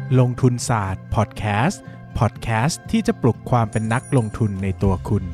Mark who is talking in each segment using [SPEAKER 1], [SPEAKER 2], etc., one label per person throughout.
[SPEAKER 1] ลงทุนศาสตร์พอดแคสต์ที่จะปลุกความเป็นนักลงทุนในตัวคุณ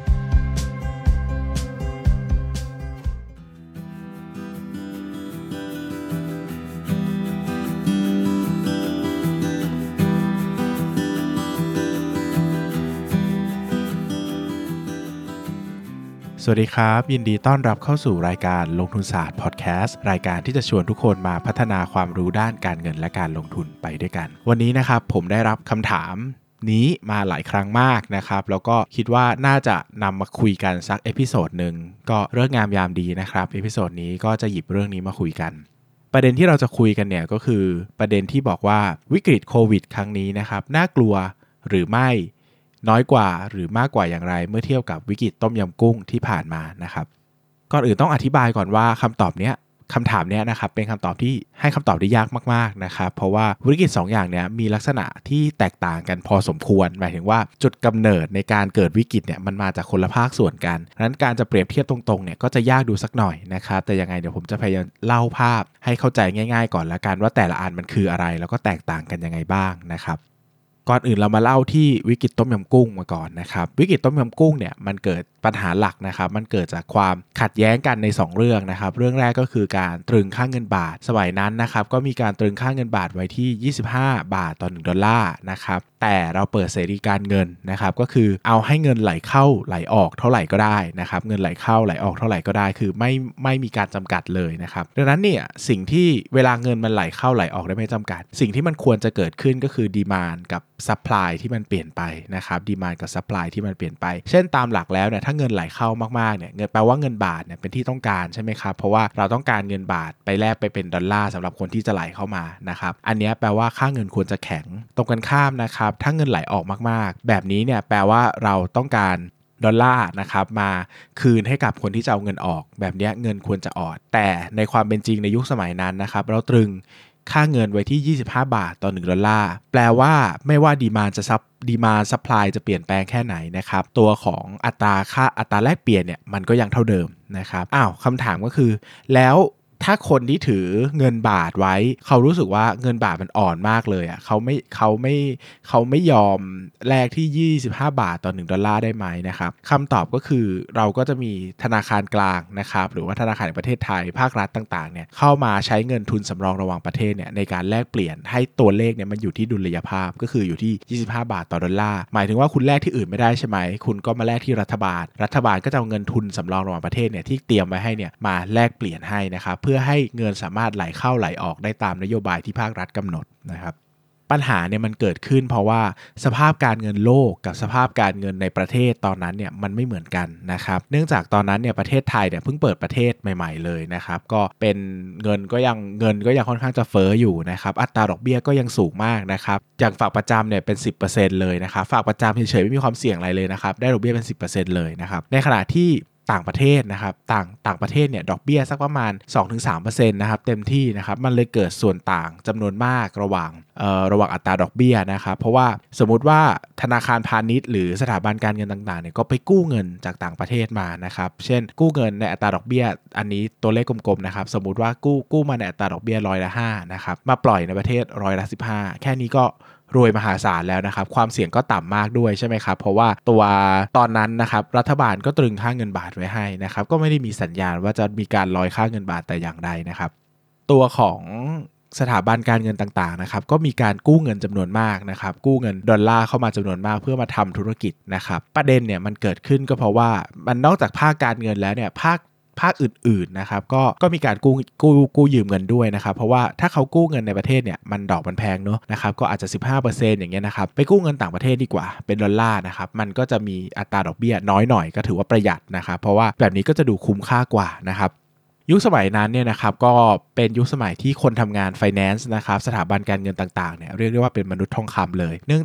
[SPEAKER 1] สวัสดีครับยินดีต้อนรับเข้าสู่รายการลงทุนศาสตร์พอดแคสต์รายการที่จะชวนทุกคนมาพัฒนาความรู้ด้านการเงินและการลงทุนไปด้วยกันวันนี้นะครับผมได้รับคำถามนี้มาหลายครั้งมากนะครับแล้วก็คิดว่าน่าจะนำมาคุยกันสักเอพิโซดนึงก็ฤกษ์งามยามดีนะครับเอพิโซดนี้ก็จะหยิบเรื่องนี้มาคุยกันประเด็นที่เราจะคุยกันเนี่ยก็คือประเด็นที่บอกว่าวิกฤตโควิดครั้งนี้นะครับน่ากลัวหรือไม่น้อยกว่าหรือมากกว่าอย่างไรเมื่อเทียบกับวิกฤตต้มยำกุ้งที่ผ่านมานะครับก่อนอื่นต้องอธิบายก่อนว่าคำถามเนี้ยนะครับเป็นคำตอบที่ให้คำตอบได้ยากมากๆนะครับเพราะว่าวิกฤต2อย่างเนี้ยมีลักษณะที่แตกต่างกันพอสมควรหมายถึงว่าจุดกำเนิดในการเกิดวิกฤตเนี่ยมันมาจากคนละภาคส่วนกันดังนั้นการจะเปรียบเทียบตรงๆเนี่ยก็จะยากดูสักหน่อยนะครับแต่ยังไงเดี๋ยวผมจะพยายามเล่าภาพให้เข้าใจง่ายๆก่อนละกันว่าแต่ละอันมันคืออะไรแล้วก็แตกต่างกันยังไงบ้างนะครับก่อนอื่นเรามาเล่าที่วิกฤตต้มยำกุ้งมาก่อนนะครับวิกฤตต้มยำกุ้งเนี่ยมันเกิดปัญหาหลักนะครับมันเกิดจากความขัดแย้งกันใน2เรื่องนะครับเรื่องแรกก็คือการตรึงค่าเงินบาทสมัยนั้นนะครับก็มีการตรึงค่าเงินบาทไว้ที่25 บาทต่อ1ดอลลาร์นะครับแต่เราเปิดเสรีการเงินนะครับก็คือเอาให้เงินไหลเข้าไหลออกเท่าไหร่ก็ได้นะครับเงินไหลเข้าไหลออกเท่าไหร่ก็ได้คือไม่มีการจำกัดเลยนะครับดังนั้นเนี่ยสิ่งที่เวลาเงินมันไหลเข้าไหลออกได้ไม่จำกัดสิ่งที่มันควรจะเกิดขึ้นก็คือดีมานด์กับซัพพลายที่มันเปลี่ยนไปนะครับดีมานด์กับซัพพลายที่มันเปลี่ยนไปเช่นตามหลักแล้วเนี่ยถ้าเงินไหลเข้ามากๆเนี่ยเงินแปลว่าเงินบาทเนี่ยเป็นที่ต้องการใช่ไหมครับเพราะว่าเราต้องการเงินบาทไปแลกไปเป็นดอลลาร์สำหรับคนที่จะไหลเข้ามานะครับอันนี้แปลว่าค่าเงินควรจะแข็งตรงกันข้ามนะครับถ้าเงินไหลออกมากๆแบบนี้เนี่ยแปลว่าเราต้องการดอลลาร์นะครับมาคืนให้กับคนที่จะเอาเงินออกแบบนี้เงินควรจะออกแต่ในความเป็นจริงในยุคสมัยนั้นนะครับเราตรึงค่าเงินไว้ที่25 บาทต่อ1ดอลลาร์แปลว่าไม่ว่าดีมานด์ซัพพลายจะเปลี่ยนแปลงแค่ไหนนะครับตัวของอัตราแลกเปลี่ยนเนี่ยมันก็ยังเท่าเดิมนะครับคำถามก็คือแล้วถ้าคนที่ถือเงินบาทไว้เขารู้สึกว่าเงินบาทมันอ่อนมากเลยอ่ะเขาไม่ยอมแลกที่25 บาทต่อ1ดอลลาร์ได้ไหมนะครับคำตอบก็คือเราก็จะมีธนาคารกลางนะครับหรือว่าธนาคารแห่งประเทศไทยภาครัฐต่างๆเนี่ยเข้ามาใช้เงินทุนสำรองระหว่างประเทศเนี่ยในการแลกเปลี่ยนให้ตัวเลขเนี่ยมันอยู่ที่ดุลยภาพก็คืออยู่ที่25 บาทต่อดอลลาร์หมายถึงว่าคุณแลกที่อื่นไม่ได้ใช่ไหมคุณก็มาแลกที่รัฐบาลก็จะเอาเงินทุนสำรองระหว่างประเทศเนี่ยที่เตรียมไว้ให้เนี่ยมาแลกเปลี่ยนให้นะครับเพื่อให้เงินสามารถไหลเข้าไหลออกได้ตามนโยบายที่ภาครัฐกำหนดนะครับปัญหาเนี่ยมันเกิดขึ้นเพราะว่าสภาพการเงินโลกกับสภาพการเงินในประเทศตอนนั้นเนี่ยมันไม่เหมือนกันนะครับเนื่องจากตอนนั้นเนี่ยประเทศไทยเนี่ยเพิ่งเปิดประเทศใหม่ๆเลยนะครับก็เป็นเงินก็ยังค่อนข้างจะเฟ้ออยู่นะครับอัตราดอกเบี้ยก็ยังสูงมากนะครับอย่างฝากประจำเนี่ยเป็น 10% เลยนะครับฝากประจำเฉยๆไม่มีความเสี่ยงอะไรเลยนะครับได้ดอกเบี้ยเป็น 10% เลยนะครับในขณะที่ต่างประเทศนะครับต่างประเทศเนี่ยดอกเบี้ยสักประมาณ 2-3% นะครับเต็มที่นะครับมันเลยเกิดส่วนต่างจำนวนมากระหว่างอัตราดอกเบี้ยนะครับเพราะว่าสมมุติว่าธนาคารพาณิชย์หรือสถาบันการเงินต่างๆเนี่ยก็ไปกู้เงินจากต่างประเทศมานะครับเช่นกู้เงินในอัตราดอกเบี้ยอันนี้ตัวเลขกลมๆนะครับสมมุติว่ากู้มาในอัตราดอกเบี้ย5%นะครับมาปล่อยในประเทศ15%แค่นี้ก็รวยมหาศาลแล้วนะครับความเสี่ยงก็ต่ำมากด้วยใช่ไหมครับเพราะว่าตัวตอนนั้นนะครับรัฐบาลก็ตรึงค่าเงินบาทไว้ให้นะครับก็ไม่ได้มีสัญญาณว่าจะมีการลอยค่าเงินบาทแต่อย่างใดนะครับตัวของสถาบันการเงินต่างๆนะครับก็มีการกู้เงินจำนวนมากนะครับกู้เงินดอลลาร์เข้ามาจำนวนมากเพื่อมาทำธุรกิจนะครับประเด็นเนี่ยมันเกิดขึ้นก็เพราะว่ามันนอกจากภาคการเงินแล้วเนี่ยภาคอื่นๆนะครับก็มีการกู้ยืมเงินด้วยนะครับเพราะว่าถ้าเขากู้เงินในประเทศเนี่ยมันดอกมันแพงเนอะนะครับก็อาจจะ 15% อย่างเงี้ยนะครับไปกู้เงินต่างประเทศดีกว่าเป็นดอลลาร์นะครับมันก็จะมีอัตราดอกเบี้ยน้อยหน่อยก็ถือว่าประหยัดนะครับเพราะว่าแบบนี้ก็จะดูคุ้มค่ากว่านะครับยุคสมัยนั้นเนี่ยนะครับก็เป็นยุคสมัยที่คนทำงาน finance นะครับสถาบันการเงินต่างๆเนี่ยเรียกได้ว่าเป็นมนุษย์ทองคำเลยเนื่องจาก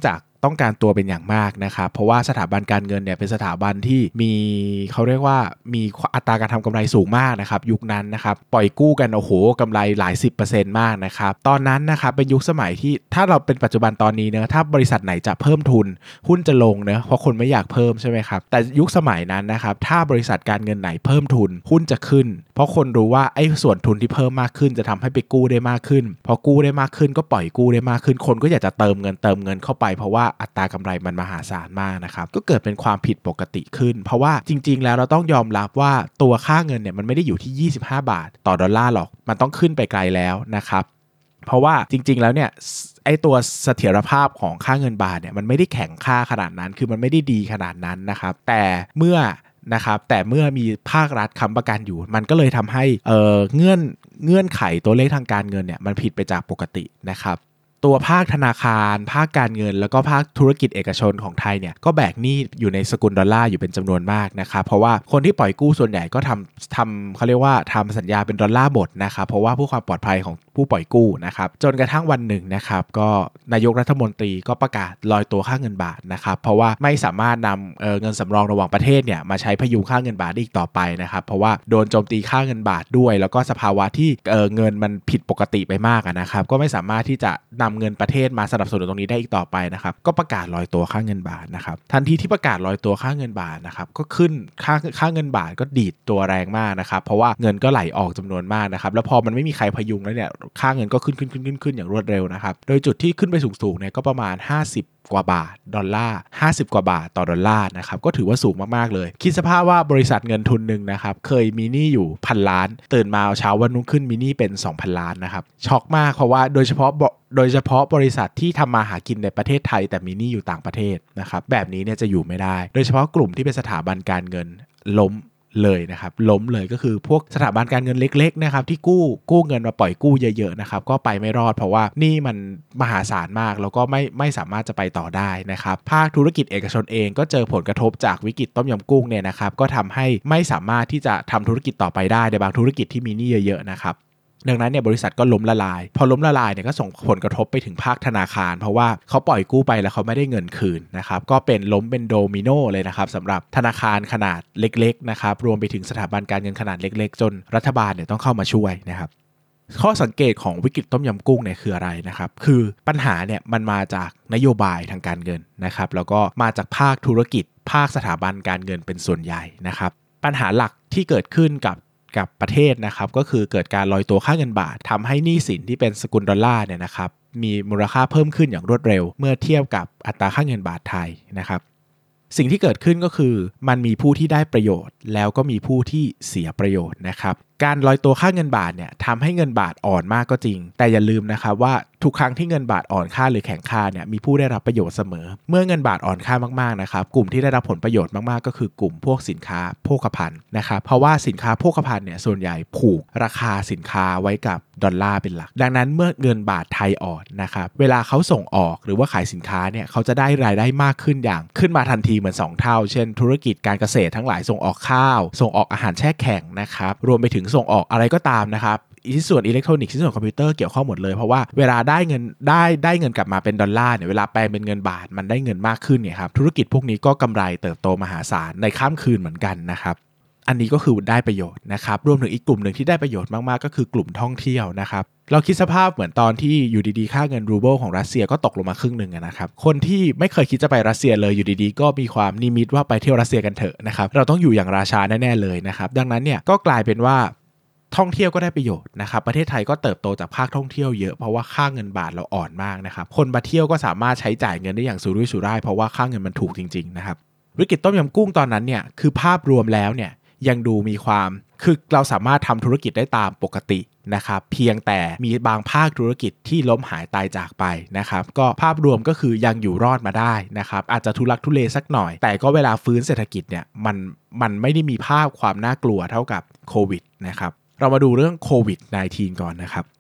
[SPEAKER 1] ต้องการตัวเป็นอย่างมากนะครับเพราะว่าสถาบันการเงินเนี่ยเป็นสถาบันที่มีเขาเรียกว่ามีอัตราการทำกำไรสูงมากนะครับยุคนั้นนะครับปล่อยกู้กันโอ้โหกำไรหลาย 10% มากนะครับตอนนั้นนะครับเป็นยุคสมัยที่ถ้าเราเป็นปัจจุบันตอนนี้เนอะถ้าบริษัทไหนจะเพิ่มทุนหุ้นจะลงเนอะเพราะคนไม่อยากเพิ่มใช่ไหมครับแต่ยุคสมัยนั้นนะครับถ้าบริษัทการเงินไหนเพิ่มทุนหุ้นจะขึ้นเพราะคนรู้ว่าไอ้ส่วนทุนที่เพิ่มมากขึ้นจะทำให้ไปกู้ได้มากขึ้นพอกู้ได้มากขึ้นก็ปล่อยกู้ได้มากขึ้นคนก็อยากจะเติมเงินเข้าไปเพราะว่าอัตรากำไรมันมหาศาลมากนะครับก็เกิดเป็นความผิดปกติขึ้นเพราะว่าจริงๆแล้วเราต้องยอมรับว่าตัวค่าเงินเนี่ยมันไม่ได้อยู่ที่25 บาทต่อดอลลาร์หรอกมันต้องขึ้นไปไกลแล้วนะครับเพราะว่าจริงๆแล้วเนี่ยไอ้ตัวเสถียรภาพของค่าเงินบาทเนี่ยมันไม่ได้แข็งค่าขนาดนั้นคือมันไม่ได้ดีขนาดนั้นนะครับแต่เมื่อมีภาครัฐค้ำประกันอยู่มันก็เลยทำให้เงื่อนไขตัวเลขทางการเงินเนี่ยมันผิดไปจากปกตินะครับตัวภาคธนาคารภาคการเงินแล้วก็ภาคธุรกิจเอกชนของไทยเนี่ยก็แบกหนี้อยู่ในสกุลดอลลาร์อยู่เป็นจำนวนมากนะครับเพราะว่าคนที่ปล่อยกู้ส่วนใหญ่ก็ทำเขาเรียกว่าทำสัญญาเป็นดอลลาร์หมดนะครับเพราะว่าเพื่อความปลอดภัยของผู้ปล่อยกู้นะครับจนกระทั่งวันหนึ่งนะครับก็นายกรัฐมนตรีก็ประกาศลอยตัวค่าเงินบาทนะครับเพราะว่าไม่สามารถนำเงินสำรองระหว่างประเทศเนี่ยมาใช้พยุงค่าเงินบาทได้อีกต่อไปนะครับเพราะว่าโดนโจมตีค่าเงินบาทด้วยแล้วก็สภาวะที่เงินมันผิดปกติไปมากนะครับก็ไม่สามารถที่จะนำเงินประเทศมาสนับสนุนตรงนี้ได้อีกต่อไปนะครับก็ประกาศลอยตัวค่าเงินบาทนะครับทันทีที่ประกาศลอยตัวค่าเงินบาทนะครับก็ขึ้นค่าเงินบาทก็ดีดตัวแรงมากนะครับเพราะว่าเงินก็ไหลออกจำนวนมากนะครับแล้วพอมันไม่มีใครพยุงแล้วเนี่ยค่าเงินก็ขึ้นอย่างรวดเร็วนะครับโดยจุดที่ขึ้นไปสูงๆเนี่ยก็ประมาณ50 กว่าบาทดอลลาร์50 กว่าบาทต่อดอลลาร์นะครับก็ถือว่าสูงมากๆเลยคิดสภาพว่าบริษัทเงินทุนนึงนะครับเคยมีหนี้อยู่1,000 ล้านตื่นมาเช้าวันรุ่งขึ้นมีหนี้เป็น 2,000 ล้านนะครับช็อกมากเพราะว่าโดยเฉพาะบริษัทที่ทำมาหากินในประเทศไทยแต่มีหนี้อยู่ต่างประเทศนะครับแบบนี้เนี่ยจะอยู่ไม่ได้โดยเฉพาะกลุ่มที่เป็นสถาบันการเงินล้มเลยนะครับล้มเลยก็คือพวกสถาบันการเงินเล็กๆนะครับที่กู้เงินมาปล่อยกู้เยอะๆนะครับก็ไปไม่รอดเพราะว่านี่มันมหาศาลมากแล้วก็ไม่สามารถจะไปต่อได้นะครับภาคธุรกิจเอกชนเองก็เจอผลกระทบจากวิกฤตต้มยำกุ้งเนี่ยนะครับก็ทำให้ไม่สามารถที่จะทำธุรกิจต่อไปได้ในบางธุรกิจที่มีหนี้เยอะๆนะครับดังนั้นเนี่ยบริษัทก็ล้มละลายพอล้มละลายเนี่ยก็ส่งผลกระทบไปถึงภาคธนาคารเพราะว่าเขาปล่อยกู้ไปแล้วเขาไม่ได้เงินคืนนะครับก็เป็นล้มเป็นโดมิโนเลยนะครับสำหรับธนาคารขนาดเล็กๆนะครับรวมไปถึงสถาบันการเงินขนาดเล็กๆจนรัฐบาลเนี่ยต้องเข้ามาช่วยนะครับข้อสังเกตของวิกฤตต้มยำกุ้งเนี่ยคืออะไรนะครับคือปัญหาเนี่ยมันมาจากนโยบายทางการเงินนะครับแล้วก็มาจากภาคธุรกิจภาคสถาบันการเงินเป็นส่วนใหญ่นะครับปัญหาหลักที่เกิดขึ้นกับประเทศนะครับก็คือเกิดการลอยตัวค่าเงินบาททำให้หนี้สินที่เป็นสกุลดอลลาร์เนี่ยนะครับมีมูลค่าเพิ่มขึ้นอย่างรวดเร็วเมื่อเทียบกับอัตราค่าเงินบาทไทยนะครับสิ่งที่เกิดขึ้นก็คือมันมีผู้ที่ได้ประโยชน์แล้วก็มีผู้ที่เสียประโยชน์นะครับการลอยตัวค่าเงินบาทเนี่ยทำให้เงินบาทอ่อนมากก็จริงแต่อย่าลืมนะครับว่าทุกครั้งที่เงินบาทอ่อนค่าหรือแข็งค่าเนี่ยมีผู้ได้รับประโยชน์เสมอเมื่อเงินบาทอ่อนค่ามากๆนะครับกลุ่มที่ได้รับผลประโยชน์มากๆก็คือกลุ่มพวกสินค้าโภคภัณฑ์นะครับเพราะว่าสินค้าโภคภัณฑ์เนี่ยส่วนใหญ่ผูกราคาสินค้าไว้กับดอลลาร์เป็นหลักดังนั้นเมื่อเงินบาทไทยอ่อนนะครับเวลาเขาส่งออกหรือว่าขายสินค้าเนี่ยเขาจะได้รายได้มากขึ้นอย่างขึ้นมาทันทีเหมือน2 เท่าเช่นธุรกิจการเกษตรทั้งหลายส่งออกข้าวส่งออกอาหารแช่แข็งนะครับรวมไปถึงส่งออกอะไรก็ตามนะครับส่วนอิเล็กทรอนิกส์ส่วนคอมพิวเตอร์เกี่ยวข้องหมดเลยเพราะว่าเวลาได้เงินกลับมาเป็นดอลลาร์เนี่ยเวลาแปลงเป็นเงินบาทมันได้เงินมากขึ้นเนี่ยครับธุรกิจพวกนี้ก็กำไรเติบโตมหาศาลในข้ามคืนเหมือนกันนะครับอันนี้ก็คือได้ประโยชน์นะครับรวมถึงอีกกลุ่มหนึ่งที่ได้ประโยชน์มากๆก็คือกลุ่มท่องเที่ยวนะครับเราคิดสภาพเหมือนตอนที่อยู่ดีๆค่าเงินรูเบิลของรัสเซียก็ตกลงมาครึ่งนึงนะครับคนที่ไม่เคยคิดจะไปรัสเซียเลยอยู่ดีๆก็มีความนิมิตว่าไปเที่ยวรัสเซียกันเถอะนะครับเราต้องอยู่อย่างราชาแน่ๆเลยนะครับดังนั้นเนี่ยก็กลายเป็นว่าท่องเที่ยวก็ได้ประโยชน์นะครับประเทศไทยก็เติบโตจากภาคท่องเที่ยวเยอะเพราะว่าค่าเงินบาทเราอ่อนมากนะครับคนมาเที่ยวก็สามารถใช้จ่ายเงินได้อย่างสุรุ่ยสุร่ายเพราะว่าค่าเงินมันถูกจริงๆนะครับวิกฤตต้มยำกุ้งตอนนั้นเนี่ยคือภาพรวมแล้วเนี่ยยังดูมีความคือเราสามารถทำธุรกิจได้ตามปกตินะครับเพียงแต่มีบางภาคธุรกิจที่ล้มหายตายจากไปนะครับก็ภาพรวมก็คือยังอยู่รอดมาได้นะครับอาจจะทุลักทุเลสักหน่อยแต่ก็เวลาฟื้นเศรษฐกิจเนี่ยมันไม่ได้มีภาพความน่ากลัวเท่ากับโควิดนะครับเรามาดูเรื่องโควิด -19 ก่อนนะครับ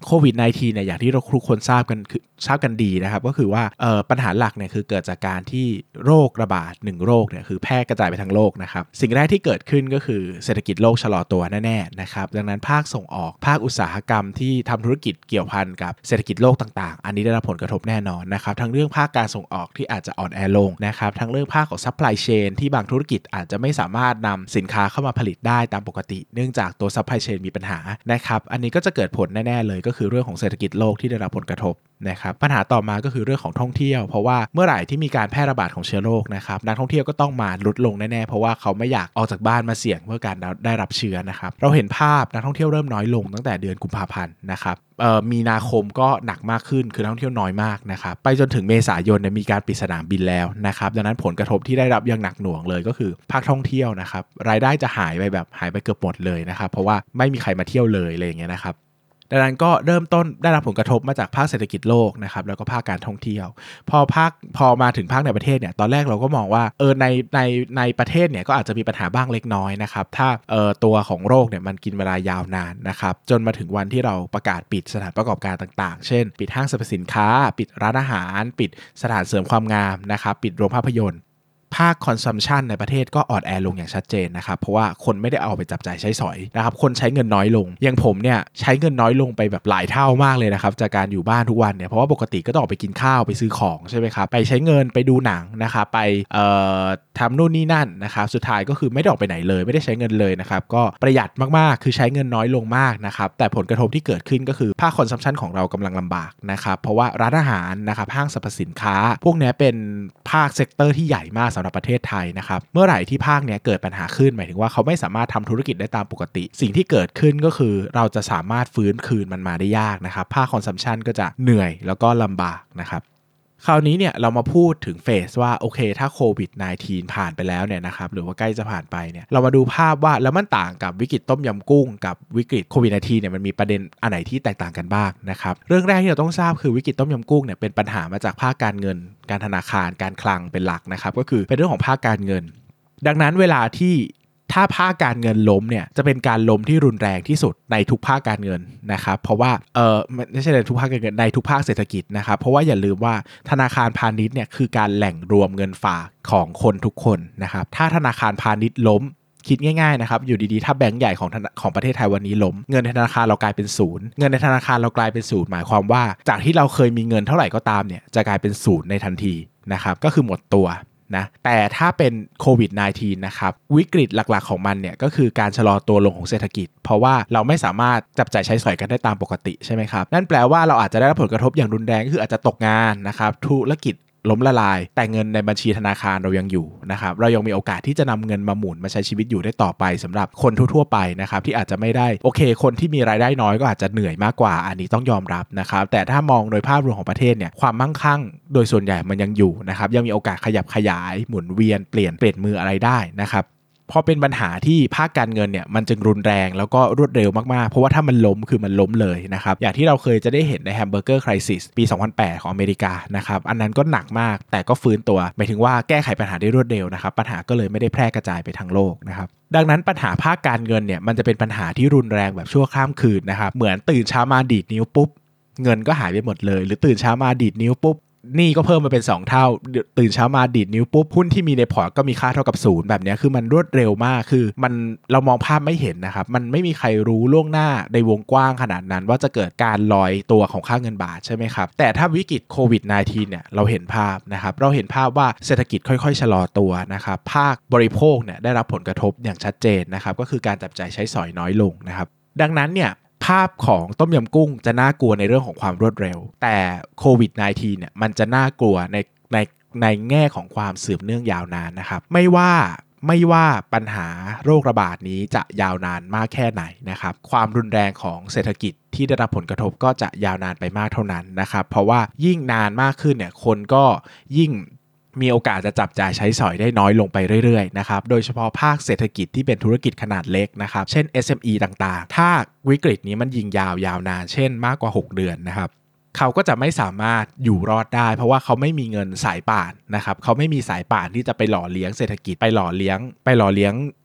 [SPEAKER 1] โควิด -19 เนี่ยอย่างที่เราทุกคนทราบกันดีนะครับก็คือว่าปัญหาหลักเนี่ยคือเกิดจากการที่โรคระบาด1โรคเนี่ยคือแพร่กระจายไปทั้งโลกนะครับสิ่งแรกที่เกิดขึ้นก็คือเศรษฐกิจโลกชะลอตัวแน่ๆนะครับดังนั้นภาคส่งออกภาคอุตสาหกรรมที่ทำธุรกิจเกี่ยวพันกับเศรษฐกิจโลกต่างๆอันนี้ได้รับผลกระทบแน่นอนนะครับทั้งเรื่องภาคการส่งออกที่อาจจะอ่อนแอลงนะครับทั้งเรื่องภาคของซัพพลายเชนที่บางธุรกิจอาจจะไม่สามารถนำสินค้าเข้ามาผลิตได้ตามปกติเนื่องจากตัวซัพพลายเชนมีปัญหานะครับอันนี้ก็จะเกิดผลแน่ๆเลยก็คือเรื่องของเศรษฐกิจโลกที่ได้รับผลกระทบนะครับปัญหาต่อมาก็คือเรื่องของท่องเที่ยวเพราะว่าเมื่อไหร่ที่มีการแพร่ระบาดของเชื้อโรคนะครับนักท่องเที่ยวก็ต้องมาลดลงแน่ๆเพราะว่าเขาไม่อยากออกจากบ้านมาเสี่ยงเพื่อการได้รับเชื้อนะครับเราเห็นภาพนักท่องเที่ยวเริ่มน้อยลงตั้งแต่เดือนกุมภาพันธ์นะครับมีนาคมก็หนักมากขึ้นคือนักท่องเที่ยวน้อยมากนะครับไปจนถึงเมษายนเนี่ยมีการปิดสนามบินแล้วนะครับดังนั้นผลกระทบที่ได้รับอย่างหนักหน่วงเลยก็คือภาคท่องเที่ยวนะครับรายได้จะหายไปเกือบหมดเลยนะครับเพราะว่าไม่มีใครมาเที่ยวเลยอะไรอย่างเงี้ยนะครับดังนั้นก็เริ่มต้นได้รับผลกระทบมาจากภาคเศรษฐกิจโลกนะครับแล้วก็ภาคการท่องเที่ยวพอมาถึงภาคในประเทศเนี่ยตอนแรกเราก็มองว่าในประเทศเนี่ยก็อาจจะมีปัญหาบ้างเล็กน้อยนะครับถ้าตัวของโรคเนี่ยมันกินเวลายาวนานนะครับจนมาถึงวันที่เราประกาศปิดสถานประกอบการต่างๆเช่นปิดห้างสรรพสินค้าปิดร้านอาหารปิดสถานเสริมความงามนะครับปิดโรงภาพยนตร์ภาคคอนซัมชันในประเทศก็อ่อนแอลงอย่างชัดเจนนะครับเพราะว่าคนไม่ได้เอาไปจับจ่ายใช้สอยนะครับคนใช้เงินน้อยลงอย่างผมเนี่ยใช้เงินน้อยลงไปแบบหลายเท่ามากเลยนะครับจากการอยู่บ้านทุกวันเนี่ยเพราะว่าปกติก็ต้องออกไปกินข้าวไปซื้อของใช่ไหมครับไปใช้เงินไปดูหนังนะครับไปทำนู่นนี่นั่นนะครับสุดท้ายก็คือไม่ได้ออกไปไหนเลยไม่ได้ใช้เงินเลยนะครับก็ประหยัดมากๆคือใช้เงินน้อยลงมากนะครับแต่ผลกระทบที่เกิดขึ้นก็คือภาคคอนซัมชันของเรากำลังลำบากนะครับเพราะว่าร้านอาหารนะครับห้างสรรพสินค้าพวกนี้เป็นภาคเซกเตอร์ที่ใหญ่มากสำหรับประเทศไทยนะครับเมื่อไหร่ที่ภาคเนี้ยเกิดปัญหาขึ้นหมายถึงว่าเขาไม่สามารถทำธุรกิจได้ตามปกติสิ่งที่เกิดขึ้นก็คือเราจะสามารถฟื้นคืนมันมาได้ยากนะครับภาคคอนซัมชันก็จะเหนื่อยแล้วก็ลำบากนะครับคราวนี้เนี่ยเรามาพูดถึงเฟสว่าโอเคถ้าโควิด -19 ผ่านไปแล้วเนี่ยนะครับหรือว่าใกล้จะผ่านไปเนี่ยเรามาดูภาพว่าแล้วมันต่างกับวิกฤตต้มยำกุ้งกับวิกฤตโควิด -19 เนี่ยมันมีประเด็นอันไหนที่แตกต่างกันบ้างนะครับเรื่องแรกที่เราต้องทราบคือวิกฤตต้มยำกุ้งเนี่ยเป็นปัญหามาจากภาคการเงินการธนาคารการคลังเป็นหลักนะครับก็คือเป็นเรื่องของภาคการเงินดังนั้นเวลาที่ถ้าภาคการเงินล้มเนี่ยจะเป็นการล้มที่รุนแรงที่สุดในทุกภาคการเงินนะครับเพราะว่าไม่ใช่ในทุกภาคการเงินในทุกภาคเศรษฐกิจนะครับเพราะว่าอย่าลืมว่าธนาคารพาณิชย์เนี่ยคือการแหล่งรวมเงินฝากของคนทุกคนนะครับถ้าธนาคารพาณิชย์ล้มคิดง่ายๆนะครับอยู่ดีๆถ้าแบงก์ใหญ่ของประเทศไทยวันนี้ล้มเงินในธนาคารเรากลายเป็นศูนย์เงินในธนาคารเรากลายเป็นศูนย์หมายความว่าจากที่เราเคยมีเงินเท่าไหร่ก็ตามเนี่ยจะกลายเป็นศูนย์ในทันทีนะครับก็คือหมดตัวนะแต่ถ้าเป็นโควิด -19 นะครับวิกฤตหลักๆของมันเนี่ยก็คือการชะลอตัวลงของเศรษฐกิจเพราะว่าเราไม่สามารถจับจ่ายใช้สอยกันได้ตามปกติใช่ไหมครับนั่นแปลว่าเราอาจจะได้รับผลกระทบอย่างรุนแรงก็คืออาจจะตกงานนะครับธุรกิจล้มละลายแต่เงินในบัญชีธนาคารเรายังอยู่นะครับเรายังมีโอกาสที่จะนำเงินมาหมุนมาใช้ชีวิตอยู่ได้ต่อไปสำหรับคนทั่วๆไปนะครับที่อาจจะไม่ได้โอเคคนที่มีรายได้น้อยก็อาจจะเหนื่อยมากกว่าอันนี้ต้องยอมรับนะครับแต่ถ้ามองโดยภาพรวมของประเทศเนี่ยความมั่งคั่งโดยส่วนใหญ่มันยังอยู่นะครับยังมีโอกาสขยับขยายหมุนเวียนเปลี่ยนมืออะไรได้นะครับพอเป็นปัญหาที่ภาคการเงินเนี่ยมันจึงรุนแรงแล้วก็รวดเร็วมากๆเพราะว่าถ้ามันล้มคือมันล้มเลยนะครับอย่างที่เราเคยจะได้เห็นในแฮมเบอร์เกอร์ไครซิสปี 2008 ของอเมริกานะครับอันนั้นก็หนักมากแต่ก็ฟื้นตัวหมายถึงว่าแก้ไขปัญหาได้รวดเร็วนะครับปัญหาก็เลยไม่ได้แพร่กระจายไปทั้งโลกนะครับดังนั้นปัญหาภาคการเงินเนี่ยมันจะเป็นปัญหาที่รุนแรงแบบชั่วข้ามคืนนะครับเหมือนตื่นเช้ามาดีดนิ้วปุ๊บเงินก็หายไปหมดเลยหรือตื่นเช้ามาดีดนิ้วปุ๊บนี่ก็เพิ่มมาเป็น2เท่าตื่นเช้ามาดีดนิ้วปุ๊บหุ้นที่มีในพอร์ตก็มีค่าเท่ากับ0แบบนี้คือมันรวดเร็วมากคือมันเรามองภาพไม่เห็นนะครับมันไม่มีใครรู้ล่วงหน้าในวงกว้างขนาดนั้นว่าจะเกิดการลอยตัวของค่าเงินบาทใช่ไหมครับแต่ถ้าวิกฤตโควิด -19 เนี่ยเราเห็นภาพนะครับเราเห็นภาพว่าเศรษฐกิจค่อยๆชะลอตัวนะครับภาคบริโภคเนี่ยได้รับผลกระทบอย่างชัดเจนนะครับก็คือการจับจ่ายใช้สอยน้อยลงนะครับดังนั้นเนี่ยภาพของต้มยำกุ้งจะน่ากลัวในเรื่องของความรวดเร็วแต่โควิด -19 เนี่ยมันจะน่ากลัวในแง่ของความสืบเนื่องยาวนานนะครับไม่ว่าปัญหาโรคระบาดนี้จะยาวนานมากแค่ไหนนะครับความรุนแรงของเศรษฐกิจที่ได้รับผลกระทบก็จะยาวนานไปมากเท่านั้นนะครับเพราะว่ายิ่งนานมากขึ้นเนี่ยคนก็ยิ่งมีโอกาสจะจับจ่ายใช้สอยได้น้อยลงไปเรื่อยๆนะครับโดยเฉพาะภาคเศรษฐกิจที่เป็นธุรกิจขนาดเล็กนะครับเช่น SME ต่างๆถ้าวิกฤตนี้มันยิงยาวนานเช่นมากกว่า6เดือนนะครับเขาก็จะไม่สามารถอยู่รอดได้เพราะว่าเขาไม่มีเงินสายป่านนะครับเขาไม่มีสายป่านที่จะไปหล่อเลี้ยงเศรษฐกิจไปหล่อเลี้ยง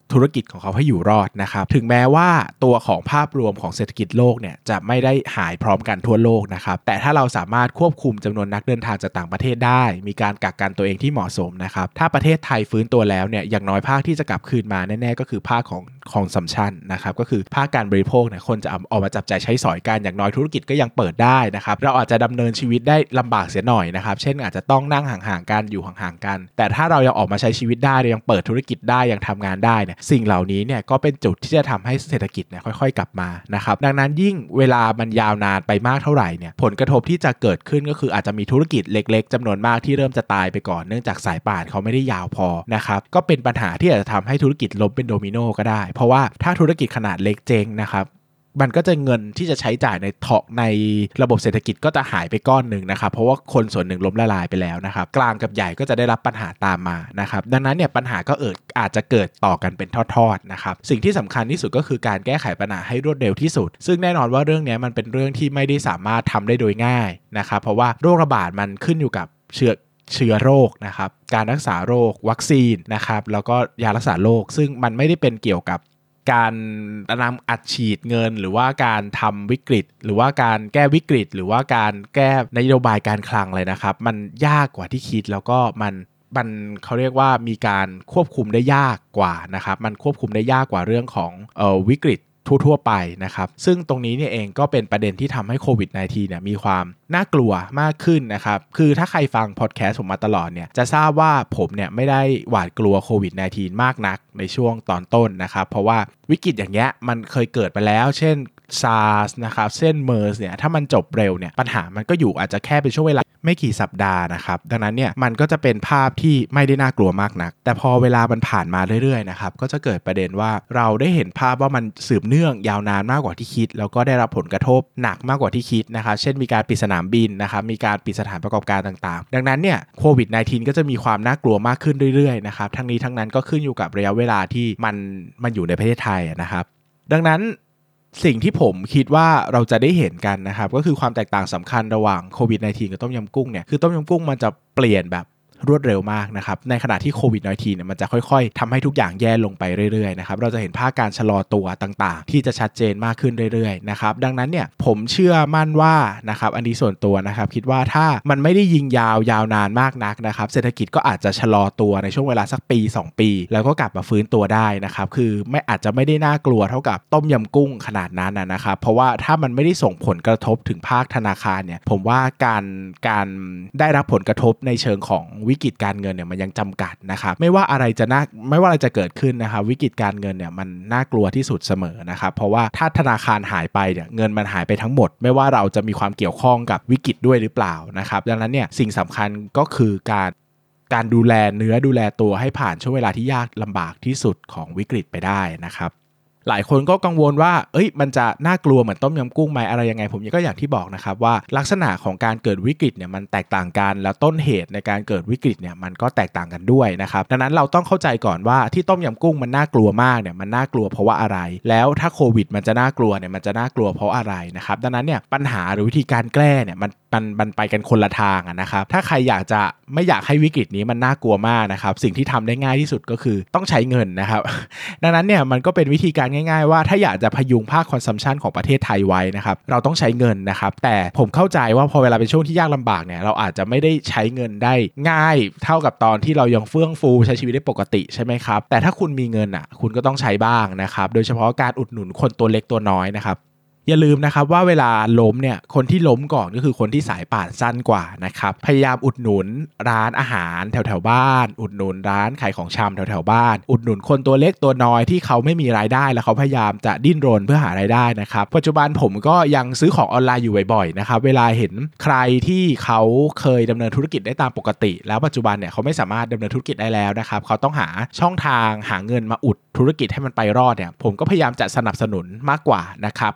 [SPEAKER 1] ธุรกิจของเขาให้อยู่รอดนะครับถึงแม้ว่าตัวของภาพรวมของเศรษฐกิจโลกเนี่ยจะไม่ได้หายพร้อมกันทั่วโลกนะครับแต่ถ้าเราสามารถควบคุมจำนวนนักเดินทางจากต่างประเทศได้มีการกักกันตัวเองที่เหมาะสมนะครับถ้าประเทศไทยฟื้นตัวแล้วเนี่ยอย่างน้อยภาคที่จะกลับคืนมาแน่ๆก็คือภาคของconsumption นะครับก็คือภาคการบริโภคเนี่ยคนจะออกมาจับจ่ายใช้สอยกันอย่างน้อยธุรกิจก็ยังเปิดได้นะครับเราอาจจะดำเนินชีวิตได้ลำบากเสียหน่อยนะครับเช่นอาจจะต้องนั่งห่างๆกันอยู่ห่างๆกันแต่ถ้าเรายังออกมาใช้ชีวิตได้ยังเปิดธุรกิจได้ยังทำงานได้เนี่ยสิ่งเหล่านี้เนี่ยก็เป็นจุดที่จะทำให้เศรษฐกิจเนี่ยค่อยๆกลับมานะครับดังนั้นยิ่งเวลามันยาวนานไปมากเท่าไหร่เนี่ยผลกระทบที่จะเกิดขึ้นก็คืออาจจะมีธุรกิจเล็กๆจำนวนมากที่เริ่มจะตายไปก่อนเนื่องจากสายป่านเขาไม่ได้ยาวพอนะครับก็เป็นปัญหาที่อาจจะทำให้ธุรกิจล้มเป็นโดมิโนก็ได้เพราะว่าถ้าธุรกิจขนาดเล็กเจ๊งนะครับมันก็จะเงินที่จะใช้จ่ายในระบบเศรษฐกิจก็จะหายไปก้อนหนึ่งนะครับเพราะว่าคนส่วนหนึ่งล้มละลายไปแล้วนะครับกลางกับใหญ่ก็จะได้รับปัญหาตามมานะครับดังนั้นเนี่ยปัญหาก็อาจจะเกิดต่อกันเป็นทอดๆนะครับสิ่งที่สำคัญที่สุดก็คือการแก้ไขปัญหาให้รวดเร็วที่สุดซึ่งแน่นอนว่าเรื่องนี้มันเป็นเรื่องที่ไม่ได้สามารถทำได้โดยง่ายนะครับเพราะว่าโรคระบาดมันขึ้นอยู่กับเชื้อโรคนะครับการรักษาโรควัคซีนนะครับแล้วก็ยารักษาโรคซึ่งมันไม่ได้เป็นเกี่ยวกับการนำอัดฉีดเงินหรือว่าการทำวิกฤตหรือว่าการแก้วิกฤตหรือว่าการแก้นโยบายการคลังเลยนะครับมันยากกว่าที่คิดแล้วก็มันเขาเรียกว่ามีการควบคุมได้ยากกว่านะครับมันควบคุมได้ยากกว่าเรื่องของวิกฤตทั่วไปนะครับซึ่งตรงนี้เนี่ยเองก็เป็นประเด็นที่ทำให้โควิด -19 เนี่ยมีความน่ากลัวมากขึ้นนะครับคือถ้าใครฟังพอดแคสต์ผมมาตลอดเนี่ยจะทราบว่าผมเนี่ยไม่ได้หวาดกลัวโควิด -19 มากนักในช่วงตอนต้นนะครับเพราะว่าวิกฤตอย่างเงี้ยมันเคยเกิดไปแล้วเช่น SARS นะครับเช่น MERS เนี่ยถ้ามันจบเร็วเนี่ยปัญหามันก็อยู่อาจจะแค่เป็นช่วงเวลาไม่กี่สัปดาห์นะครับดังนั้นเนี่ยมันก็จะเป็นภาพที่ไม่ได้น่ากลัวมากนักแต่พอเวลามันผ่านมาเรื่อยๆนะครับก็จะเกิดประเด็นว่าเราได้เห็นภาพว่ามันสืบเนื่องยาวนานมากกว่าที่คิดแล้วก็ได้รับผลกระทบหนักมากกว่าที่คิดนะครับเช่นมีการปิดสนามบินนะครับมีการปิดสถานประกอบการต่างๆดังนั้นเนี่ยโควิด -19 ก็จะมีความน่ากลัวมากขึ้นเรื่อยๆนะครับทั้งนี้ทั้งนั้นก็ขึ้นอยู่กับระยะเวลาที่มันอยู่ในประเทศไทยนะครับดังนั้นสิ่งที่ผมคิดว่าเราจะได้เห็นกันนะครับก็คือความแตกต่างสำคัญระหว่างโควิด -19 กับต้มยำกุ้งเนี่ยคือต้มยำกุ้งมันจะเปลี่ยนแบบรวดเร็วมากนะครับในขณะที่โควิด -19 เนี่ยมันจะค่อยๆทำให้ทุกอย่างแย่ลงไปเรื่อยๆนะครับเราจะเห็นภาพการชะลอตัวต่างๆที่จะชัดเจนมากขึ้นเรื่อยๆนะครับดังนั้นเนี่ยผมเชื่อมั่นว่านะครับอันนี้ส่วนตัวนะครับคิดว่าถ้ามันไม่ได้ยิงยาวนานมากนักนะครับเศรษฐกิจก็อาจจะชะลอตัวในช่วงเวลาสักปี2ปีแล้วก็กลับมาฟื้นตัวได้นะครับคืออาจจะไม่ได้น่ากลัวเท่ากับต้มยำกุ้งขนาดนั้นนะครับเพราะว่าถ้ามันไม่ได้ส่งผลกระทบถึงภาคธนาคารเนี่ยผมว่าการได้รับผลกระทบในเชิงของวิกฤตการเงินเนี่ยมันยังจำกัดนะครับไม่ว่าอะไรจะเกิดขึ้นนะครับวิกฤตการเงินเนี่ยมันน่ากลัวที่สุดเสมอนะครับเพราะว่าถ้าธนาคารหายไปเนี่ยเงินมันหายไปทั้งหมดไม่ว่าเราจะมีความเกี่ยวข้องกับวิกฤตด้วยหรือเปล่านะครับดังนั้นเนี่ยสิ่งสำคัญก็คือการดูแลเนื้อดูแลตัวให้ผ่านช่วงเวลาที่ยากลำบากที่สุดของวิกฤตไปได้นะครับหลายคนก็กังวลว่ามันจะน่ากลัวเหมือนต้มยำกุ้งไหมอะไรยังไงผมก็อย่างที่บอกนะครับว่าลักษณะของการเกิดวิกฤตเนี่ยมันแตกต่างกันแล้วต้นเหตุในการเกิดวิกฤตเนี่ยมันก็แตกต่างกันด้วยนะครับดังนั้นเราต้องเข้าใจก่อนว่าที่ต้มยำกุ้งมันน่ากลัวมากเนี่ยมันน่ากลัวเพราะว่าอะไรแล้วถ้าโควิดมันจะน่ากลัวเนี่ยมันจะน่ากลัวเพราะอะไรนะครับดังนั้นเนี่ยปัญหาหรือวิธีการแก้เนี่ยมันไปกันคนละทางนะครับถ้าใครไม่อยากให้วิกฤตนี้มันน่ากลัวมากนะครับสิ่งที่ทำได้ง่ายที่สุดก็คือต้องใช้เงินนะครับ ดังนั้นเนี่ยมันก็เป็นวิธีการง่ายๆว่าถ้าอยากจะพยุงภาคคอนซัมชันของประเทศไทยไว้นะครับเราต้องใช้เงินนะครับแต่ผมเข้าใจว่าพอเวลาเป็นช่วงที่ยากลำบากเนี่ยเราอาจจะไม่ได้ใช้เงินได้ง่ายเท่ากับตอนที่เรายังเฟื่องฟูใช้ชีวิตได้ปกติใช่ไหมครับแต่ถ้าคุณมีเงินคุณก็ต้องใช้บ้างนะครับโดยเฉพาะการอุดหนุนคนตัวเล็กตัวน้อยนะครับอย่าลืมนะครับว่าเวลาล้มเนี่ยคนที่ล้มก่อนก็คือคนที่สายป่านสั้นกว่านะครับพยายามอุดหนุนร้านอาหารแถวบ้านอุดหนุนร้านขายของชำแถวบ้านอุดหนุนคนตัวเล็กตัวน้อยที่เขาไม่มีรายได้แล้วเขาพยายามจะดิ้นรนเพื่อหารายได้นะครับปัจจุบันผมก็ยังซื้อของออนไลน์อยู่บ่อยๆนะครับเวลาเห็นใครที่เขาเคยดำเนินธุรกิจได้ตามปกติแล้วปัจจุบันเนี่ยเขาไม่สามารถดำเนินธุรกิจได้แล้วนะครับเขาต้องหาช่องทางหาเงินมาอุดธุรกิจให้มันไปรอดเนี่ยผมก็พยายามจะสนับสนุนมากกว่านะครับเพราะว่าผม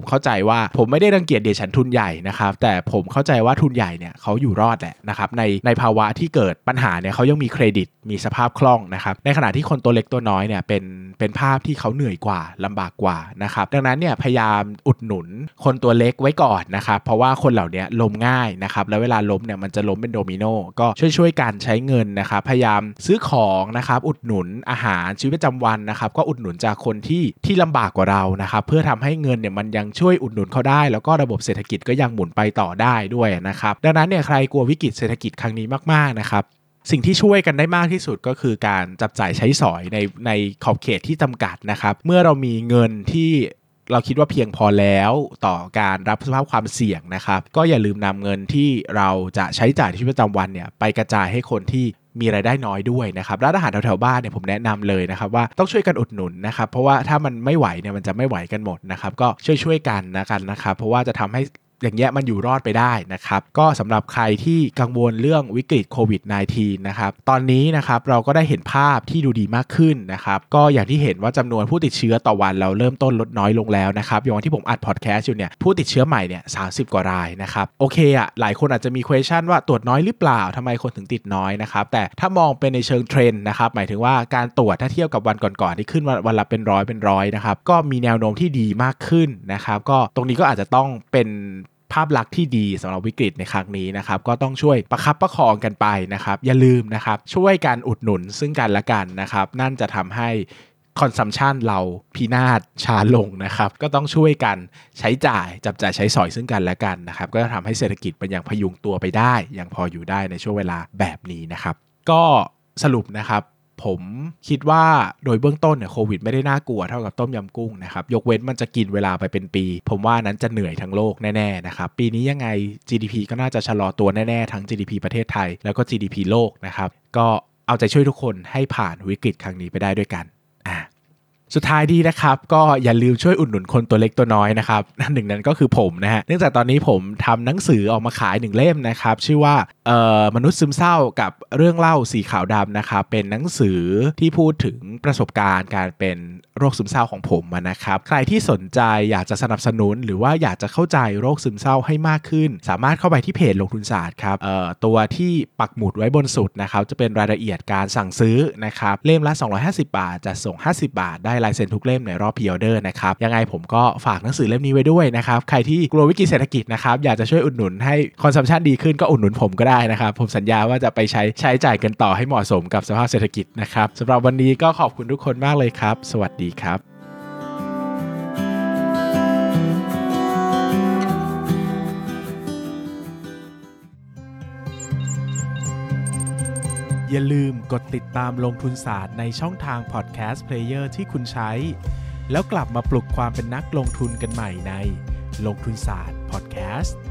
[SPEAKER 1] เข้าใจว่าผมไม่ได้รังเกียจเดชฉันทุนใหญ่นะครับแต่ผมเข้าใจว่าทุนใหญ่เนี่ยเขาอยู่รอดแหละนะครับในภาวะที่เกิดปัญหาเนี่ยเขายังมีเครดิตมีสภาพคล่องนะครับในขณะที่คนตัวเล็กตัวน้อยเนี่ยเป็นภาพที่เขาเหนื่อยกว่าลำบากกว่านะครับดังนั้นเนี่ยพยายามอุดหนุนคนตัวเล็กไว้ก่อนนะครับเพราะว่าคนเหล่านี้ล้มง่ายนะครับแล้วเวลาล้มเนี่ยมันจะล้มเป็นโดมิโนก็ช่วยกันใช้เงินนะครับพยายามซื้อของนะครับอุดหนุนอาหารชีวิตประจำวันนะครับก็อุดหนุนจากคนที่ลำบากกว่าเรานะครับเพื่อทำให้เงินเนี่ยมันยังช่วยอุดหนุนเขาได้แล้วก็ระบบเศรษฐกิจก็ยังหมุนไปต่อได้ด้วยนะครับดังนั้นเนี่ยใครกลัววิกฤตเศรษฐกิจครั้งนี้มากๆนะครับสิ่งที่ช่วยกันได้มากที่สุดก็คือการจับจ่ายใช้สอยในขอบเขตที่จำกัดนะครับเมื่อเรามีเงินที่เราคิดว่าเพียงพอแล้วต่อการรับสภาพความเสี่ยงนะครับก็อย่าลืมนำเงินที่เราจะใช้จ่ายในชีวิตประจำวันเนี่ยไปกระจายให้คนที่มีรายได้น้อยด้วยนะครับร้านอาหารแถวๆบ้านเนี่ยผมแนะนำเลยนะครับว่าต้องช่วยกันอุดหนุนนะครับเพราะว่าถ้ามันไม่ไหวเนี่ยมันจะไม่ไหวกันหมดนะครับก็ช่วยกันนะครับเพราะว่าจะทำให้อย่างเงี้ยมันอยู่รอดไปได้นะครับก็สำหรับใครที่กังวลเรื่องวิกฤตโควิด -19 นะครับตอนนี้นะครับเราก็ได้เห็นภาพที่ดูดีมากขึ้นนะครับก็อย่างที่เห็นว่าจำนวนผู้ติดเชื้อต่อวันเราเริ่มต้นลดน้อยลงแล้วนะครับอย่างวันที่ผมอัดพอดแคสต์อยู่เนี่ยผู้ติดเชื้อใหม่เนี่ย30 กว่ารายนะครับโอเคอะหลายคนอาจจะมี question ว่าตรวจน้อยหรือเปล่าทำไมคนถึงติดน้อยนะครับแต่ถ้ามองเป็นในเชิงเทรนด์นะครับหมายถึงว่าการตรวจถ้าเทียบกับวันก่อนๆที่ขึ้นวันละเป็นร้อยนะครับก็มีแนวโน้มที่ดีมากขึ้นนะครับก็ตรงนี้ก็อาจจะต้องเป็นภาพลักษณ์ที่ดีสำหรับวิกฤตในครั้งนี้นะครับก็ต้องช่วยประคับประคองกันไปนะครับอย่าลืมนะครับช่วยกันอุดหนุนซึ่งกันและกันนะครับนั่นจะทำให้คอนซัมชันเราพินาศช้าลงนะครับก็ต้องช่วยกันใช้จ่ายจับจ่ายใช้สอยซึ่งกันและกันนะครับก็จะทำให้เศรษฐกิจมันยังพยุงตัวไปได้ยังพออยู่ได้ในช่วงเวลาแบบนี้นะครับก็สรุปนะครับผมคิดว่าโดยเบื้องต้นเนี่ยโควิดไม่ได้น่ากลัวเท่ากับต้มยำกุ้งนะครับยกเว้นมันจะกินเวลาไปเป็นปีผมว่านั้นจะเหนื่อยทั้งโลกแน่ๆนะครับปีนี้ยังไง GDP ก็น่าจะชะลอตัวแน่ๆทั้ง GDP ประเทศไทยแล้วก็ GDP โลกนะครับก็เอาใจช่วยทุกคนให้ผ่านวิกฤตครั้งนี้ไปได้ด้วยกันสุดท้ายดีนะครับก็อย่าลืมช่วยอุดหนุนคนตัวเล็กตัวน้อยนะครับหนึ่งนั้นก็คือผมนะฮะเนื่องจากตอนนี้ผมทำหนังสือออกมาขาย1เล่มนะครับชื่อว่ามนุษย์ซึมเศร้ากับเรื่องเล่าสีขาวดำนะครับเป็นหนังสือที่พูดถึงประสบการณ์การเป็นโรคซึมเศร้าของผมนะครับใครที่สนใจอยากจะสนับสนุนหรือว่าอยากจะเข้าใจโรคซึมเศร้าให้มากขึ้นสามารถเข้าไปที่เพจลงทุนศาสตร์ครับตัวที่ปักหมุดไว้บนสุดนะครับจะเป็นรายละเอียดการสั่งซื้อนะครับเล่มละ250 บาทจะส่ง50 บาทได้ลายเซ็นทุกเล่มในรอบพรีออเดอร์นะครับยังไงผมก็ฝากหนังสือเล่มนี้ไว้ด้วยนะครับใครที่กลัววิกฤตเศรษฐกิจนะครับอยากจะช่วยอุดหนุนให้คอนซัมชันดีขึ้นก็อุดหนุนผมก็ได้นะครับผมสัญญาว่าจะไปใช้จ่ายกันต่อให้เหมาะสมกับสภาพเศรษฐกิจนะครับสำหรับวันนี้ก็ขอบคุณทุกคนมากเลยครับสวัสดีครับอย่าลืมกดติดตามลงทุนศาสตร์ในช่องทางพอดแคสต์เพลเยอร์ที่คุณใช้แล้วกลับมาปลุกความเป็นนักลงทุนกันใหม่ในลงทุนศาสตร์พอดแคสต์